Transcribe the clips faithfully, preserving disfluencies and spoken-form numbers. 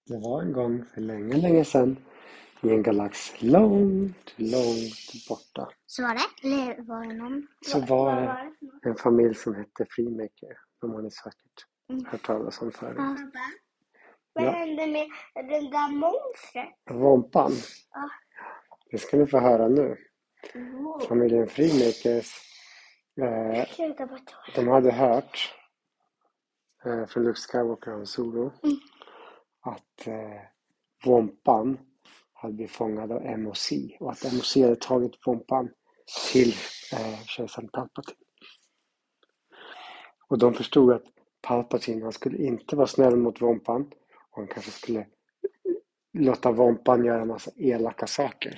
Det var en gång för länge, länge sedan i en galax långt, långt borta. Så var det? Eller var det någon? Så var det en familj som hette Freemaker. De har ni säkert Mm. hört talas om förut. Ja. Vad Ja. hände med den där monstret? Vompan. Ja. Det ska ni få höra nu. Wow. Familjen Freemakers. Eh, Sluta bara ta. de hade hört eh, från Luke Skywalker och Solo Mm. att eh, Vompan hade blivit fångad av M O C och att M O C hade tagit Vompan till eh, kejsaren Palpatine. Och de förstod att Palpatine, han skulle inte vara snäll mot Vompan och han kanske skulle låta Vompan göra en massa elaka saker.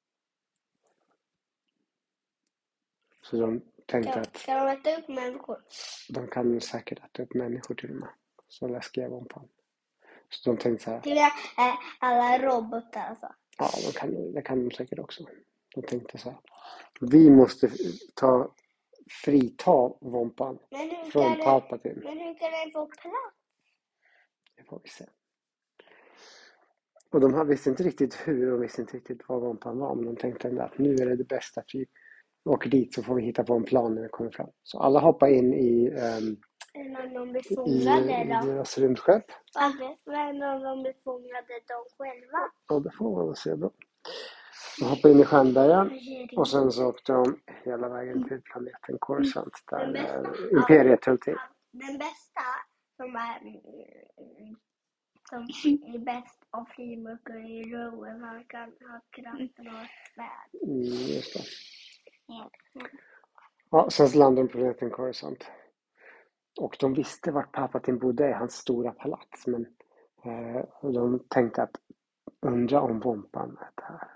Så de tänkte Kan, att kan de äta upp människor? de kan säkert äta upp människor till och med. Så läskiga Vompan. Så de tänkte så här. Till äh, alla robotar alltså. Ja, de kan, det kan de säkert också. De tänkte så här. Vi måste ta, frita Vompan Men hur från kan det, Palpatine. men hur kan det få plats? Det får vi se. Och de visste inte riktigt hur och visste inte riktigt vad Vompan var. Men de tänkte att nu är det det bästa. Att vi åker dit så får vi hitta på en plan när vi kommer fram. Så alla hoppar in i, um, När de blir i, fångade i då? deras rymdskepp. Men när de blir fångade de själva? Och det får man se då. De hoppade in i Stjärnbergen och sen så åkte de hela vägen till planeten Coruscant där äh, Imperiet höll till. Den bästa som är, som är bäst av Freemaker i Rowan, man kan ha kraften och svärd. Mm, just det. Ja. Ja, sen så landade de på planeten Coruscant. Och de visste vart Palpatine bodde i hans stora palats. Men eh, de tänkte att undra om Vompan är där.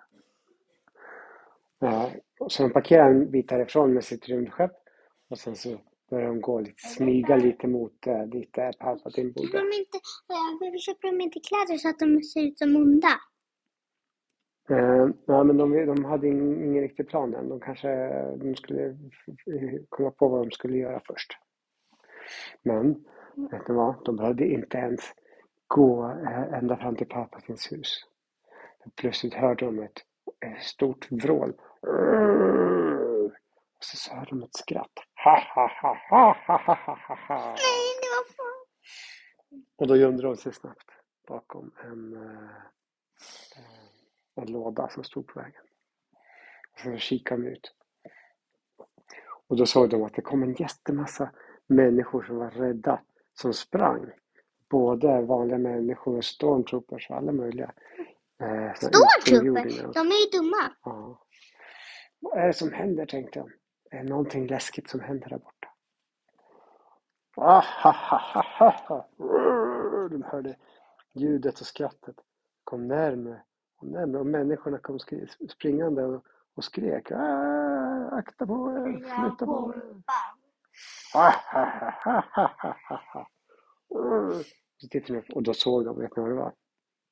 Eh, så de parkerade en bit därifrån med sitt rymdskepp. Och sen så började de gå lite, smyga lite mot eh, dit där Palpatine bodde. Kan de inte, varför köper de inte kläder så att de ser ut som onda? Eh, ja, men de, de hade ingen, ingen riktig plan än. De kanske de skulle komma på vad de skulle göra först. Men, vet ni vad? De behövde inte ens gå eh, ända fram till Palpatines hus. Plötsligt hörde de ett, ett stort vrål. Och så hörde de ett skratt. Ha, ha, ha, ha, ha, ha, ha, ha. Nej, det var fan. Och då gömde de sig snabbt bakom en, eh, en låda som stod på vägen. Och så kikade de ut. Och då såg de att det kom en jättemassa människor som var rädda. Som sprang. Både vanliga människor och stormtroopers och alla möjliga. Eh, Stormtroopers? De är ju dumma. Ja. Vad är det som händer, tänkte jag. Det är någonting läskigt som händer där borta. Ah, ha, ha, ha, ha, ha. De hörde ljudet och skrattet. Kom närmare och närmare. Och människorna kom skri- springande och, och skrek. Ah, akta på er, flytta på er. Ah, ha, ha, ha, ha, ha, ha. Så tittade de upp och då såg de, vet ni vad det var?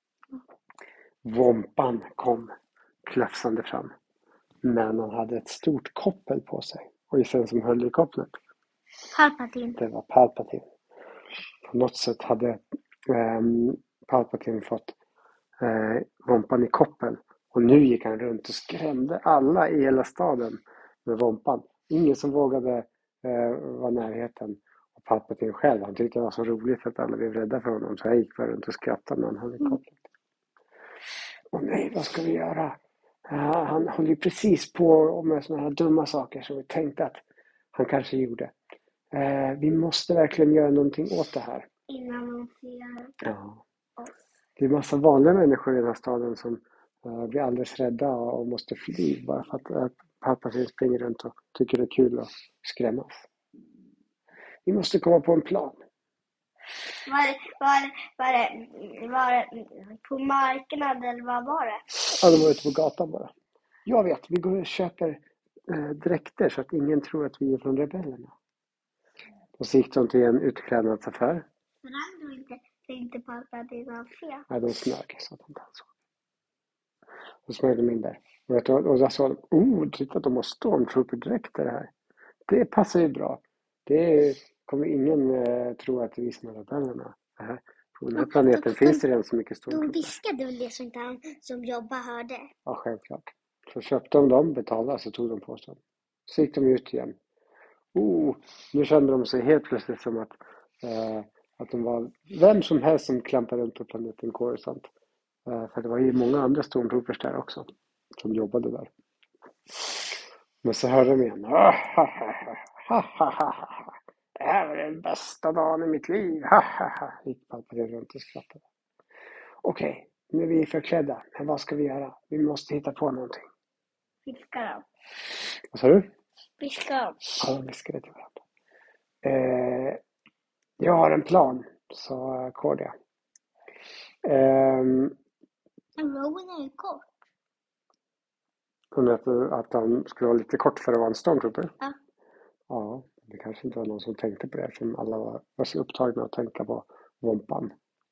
Vompan kom klafsande fram. Men han hade ett stort koppel på sig. Och sen som höll i kopplet. Palpatine. Det var Palpatine. På något sätt hade eh, Palpatine fått eh, Vompan i koppel. Och nu gick han runt och skrämde alla i hela staden med Vompan. Ingen som vågade eh, vara närheten. Och Palpatine själv, han tyckte det var så roligt att alla blev rädda för honom. Så jag gick bara runt och skrattade när han hade kopplet. Och nej, vad ska vi göra? Uh, han håller ju precis på med såna här dumma saker som vi tänkte att han kanske gjorde. Uh, vi måste verkligen göra någonting åt det här. Innan man ser ja. Det är massa vanliga människor i den här staden som uh, blir alldeles rädda och måste fly bara för att uh, Palpatine springer runt och tycker det är kul att skrämmas. Vi måste komma på en plan. Var det, var, det, var, det, var det på marknad eller vad var det? Ja, de var ute på gatan bara. Jag vet, vi går och köper eh, dräkter så att ingen tror att vi är från rebellerna. Och så gick de till en utklädnadsaffär. Men han inte tänkte på att det var fel. Ja, de smög så att de inte såg. Då smög de in där. Och, vet du, och då sa de, oh, titta, de har stormtrooper-dräkter här. Det passar ju bra. Det kommer ingen eh, tro att vi är som rebellerna. På den här planeten finns det redan så mycket De stormtrooper. viskade väl det som inte han som jobbar hörde. Ja, självklart. Så köpte de dem, betalade, så tog de på sig. Så gick de ut igen. Oh, nu kände de sig helt plötsligt som att, eh, att de var vem som helst som klampade runt på planeten Coruscant. Eh, för det var ju många andra stormtroopers där också som jobbade där. Men så hörde de igen. Ah, ha, ha, ha, ha, ha, ha. Det här är den bästa dagen i mitt liv. Ha, ha, ha. Gick Palpatine runt och skrattade. Okej, nu är vi förklädda. Men vad ska vi göra? Vi måste hitta på någonting. Viskar de. Vad sa du? Viskar de. Ja, de viskade till varandra. Eh, jag har en plan, sa Cordia. Eh, Men Rowan är ju kort. hon vet att han skulle vara lite kort för att vara en stormtrooper. Ja. Ja, det kanske inte var någon som tänkte på det eftersom alla var, var så upptagna att tänka på Vompan.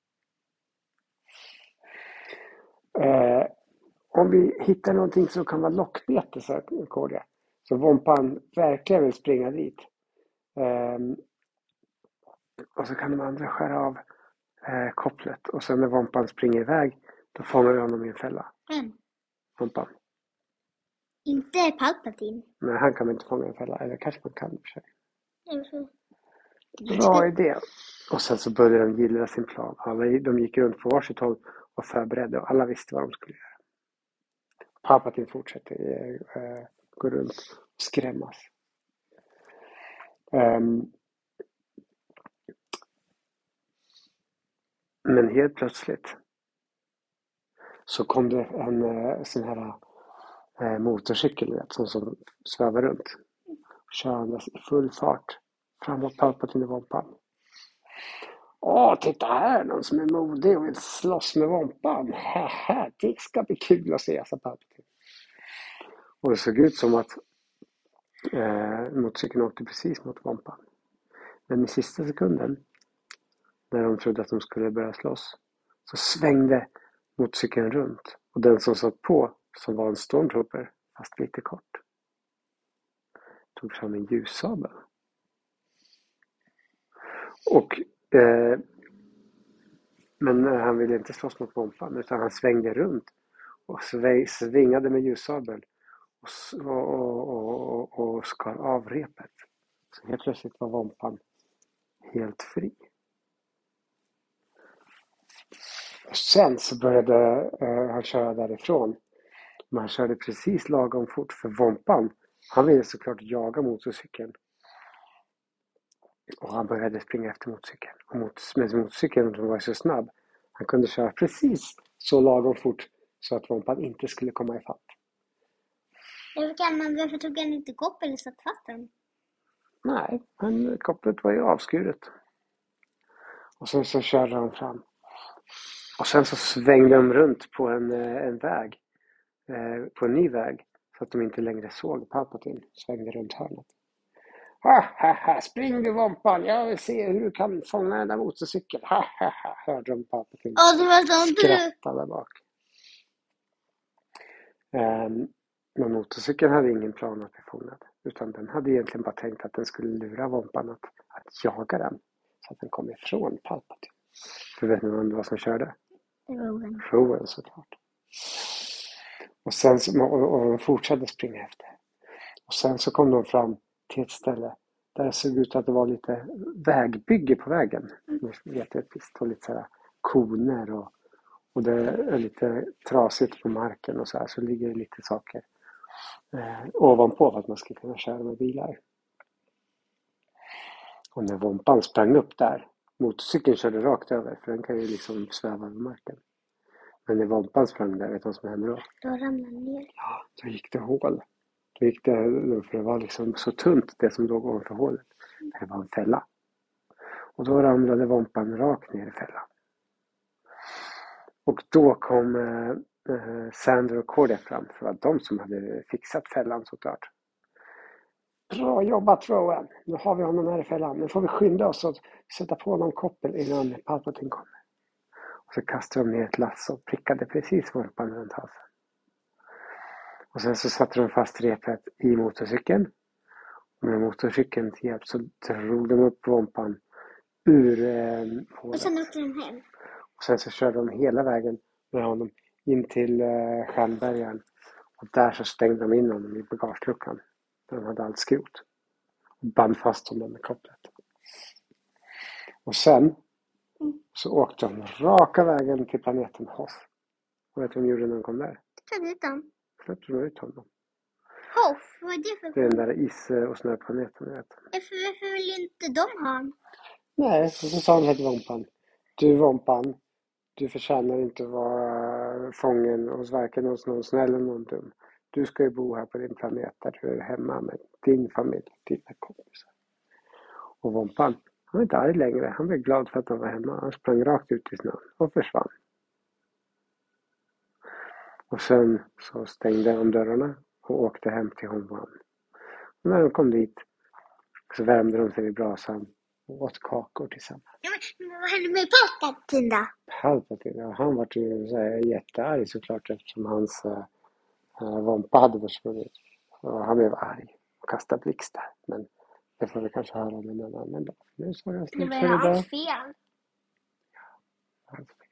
Eh, om vi hittar någonting som kan vara lockbete, sa Cordia, så Vompan verkligen vill springa dit. Eh, och så kan de andra skära av eh, kopplet. Och sen när Vompan springer iväg, då fångar vi honom i en fälla. Men Vompan. inte Palpatine. Men han kan inte fånga i en fälla. Eller kanske man kan för sig. Varför? Bra idé. Och sen så började de gilla sin plan. Alla, de gick runt på varsitt håll och förberedde. Och alla visste vad de skulle göra. Palpatine fortsatte äh, gå runt och skrämmas. Um, men helt plötsligt så kom det en äh, sån här äh, motorcykel, vet, som, som svävar runt. Körandes i full fart framåt Palpatine i Vompan. Åh, titta här, någon som är modig och vill slåss med Vompan. Haha, det ska bli kul att se, sa Palpatine. Och det såg ut som att eh, motorcykeln åkte precis mot Vompan. Men i sista sekunden, när de trodde att de skulle börja slåss, så svängde motorcykeln runt. Och den som satt på, som var en stormtrooper, fast lite kort, tog fram en ljussabel. Och eh, men han ville inte slåss mot Vompan, utan han svängde runt och svingade med ljussabel och, och, och, och, och skar av repet. Så helt plötsligt var Vompan helt fri. Och sen så började uh, han köra därifrån. Men han körde precis lagom fort, för Vompan, han ville såklart jaga motorcykeln. Och han började springa efter motorcykeln. Och mot, med motorcykeln var så snabb. Han kunde köra precis så lagom fort så att Vompan inte skulle komma ifatt. Varför tog han inte koppel och satt fast den? Nej, men kopplet var ju avskuret. Och sen så körde han fram. Och sen så svängde de runt på en, en väg. Eh, på en ny väg. Så att de inte längre såg Palpatine. Svängde runt hörnet. Ha, ha, ha, spring du Vompan, jag vill se hur du kan fånga den där motorcykeln. Ha, ha, ha, hörde de Palpatine Ja, det var sånt. skratta där bak. Um, men motorcykeln hade ingen plan att bli fångad. Utan den hade egentligen bara tänkt att den skulle lura Vompan att, att jaga den. Så att den kom ifrån Palpatine. För vet ni vem det var som körde? Rowan. Rowan, såklart. Och sen så, och, och de fortsatte springa efter. Och sen så kom de fram till ett ställe där det såg ut att det var lite vägbygge på vägen. Mm. Vet jag, det står lite så här koner och, och det är lite trasigt på marken och så här. Så ligger det lite saker eh, ovanpå för att man ska kunna köra med bilar. Och när Vompan sprang upp där, motorcykeln körde rakt över, för den kan ju liksom sväva över marken. Men när Vompan sprang där, vet du vad som hände då? Då ramlade ner. Ja, då gick det hål. Då gick det, för det var liksom så tunt det som låg ovanför hålet. Det var en fälla. Och då ramlade Vompan rakt ner i fällan. Och då kom eh, Sander och Cordia fram, för att de som hade fixat fällan såklart. Bra jobbat Rowan, nu har vi honom här i fällan. Nu får vi skynda oss att sätta på honom koppel innan Palpatine kommer. Och så kastade de ner ett lasso och prickade precis Vompan runt halsen. Och sen så satte de fast repet i motorcykeln. Och med motorcykeln till hjälp så drog de upp Vompan ur eh, Och hålet. sen åkte de hem. Och sen så körde de hela vägen med honom in till eh, Stjärnbergaren. Och där så stängde de in honom i bagageluckan. Där de hade allt skrot. Och band fast honom med kopplet. Och sen så åkte de raka vägen till planeten Hoth. Och vet du vad de gjorde när de kom där? Ta dit dem. Släppte de ut honom. Hoff, vad är det för Det är den där is- och snöplaneten, vet. Varför, varför vill inte de ha honom? Nej, och så sa han till Vompan. Du Vompan, du förtjänar inte att vara fången hos varken hos någon snäll eller någon dum. Du ska ju bo här på din planet där du är hemma med din familj, dina kompisar. Och Vompan, han var inte arg längre. Han blev glad för att han var hemma. Han sprang rakt ut i snön och försvann. Och sen så stängde de dörrarna och åkte hem till Honvan. Och när de kom dit så värmde de sig vid brasan och åt kakor tillsammans. Ja, men vad hände med Palpatine då? Palpatine, ja, han var ju så här jättearg såklart eftersom hans äh, Vompa hade försvunnit. Och han blev arg och kastade blixtar. Men det får vi kanske höra om en annan dag. Nu så jag Det slut var för idag. hans fel. Hans fel.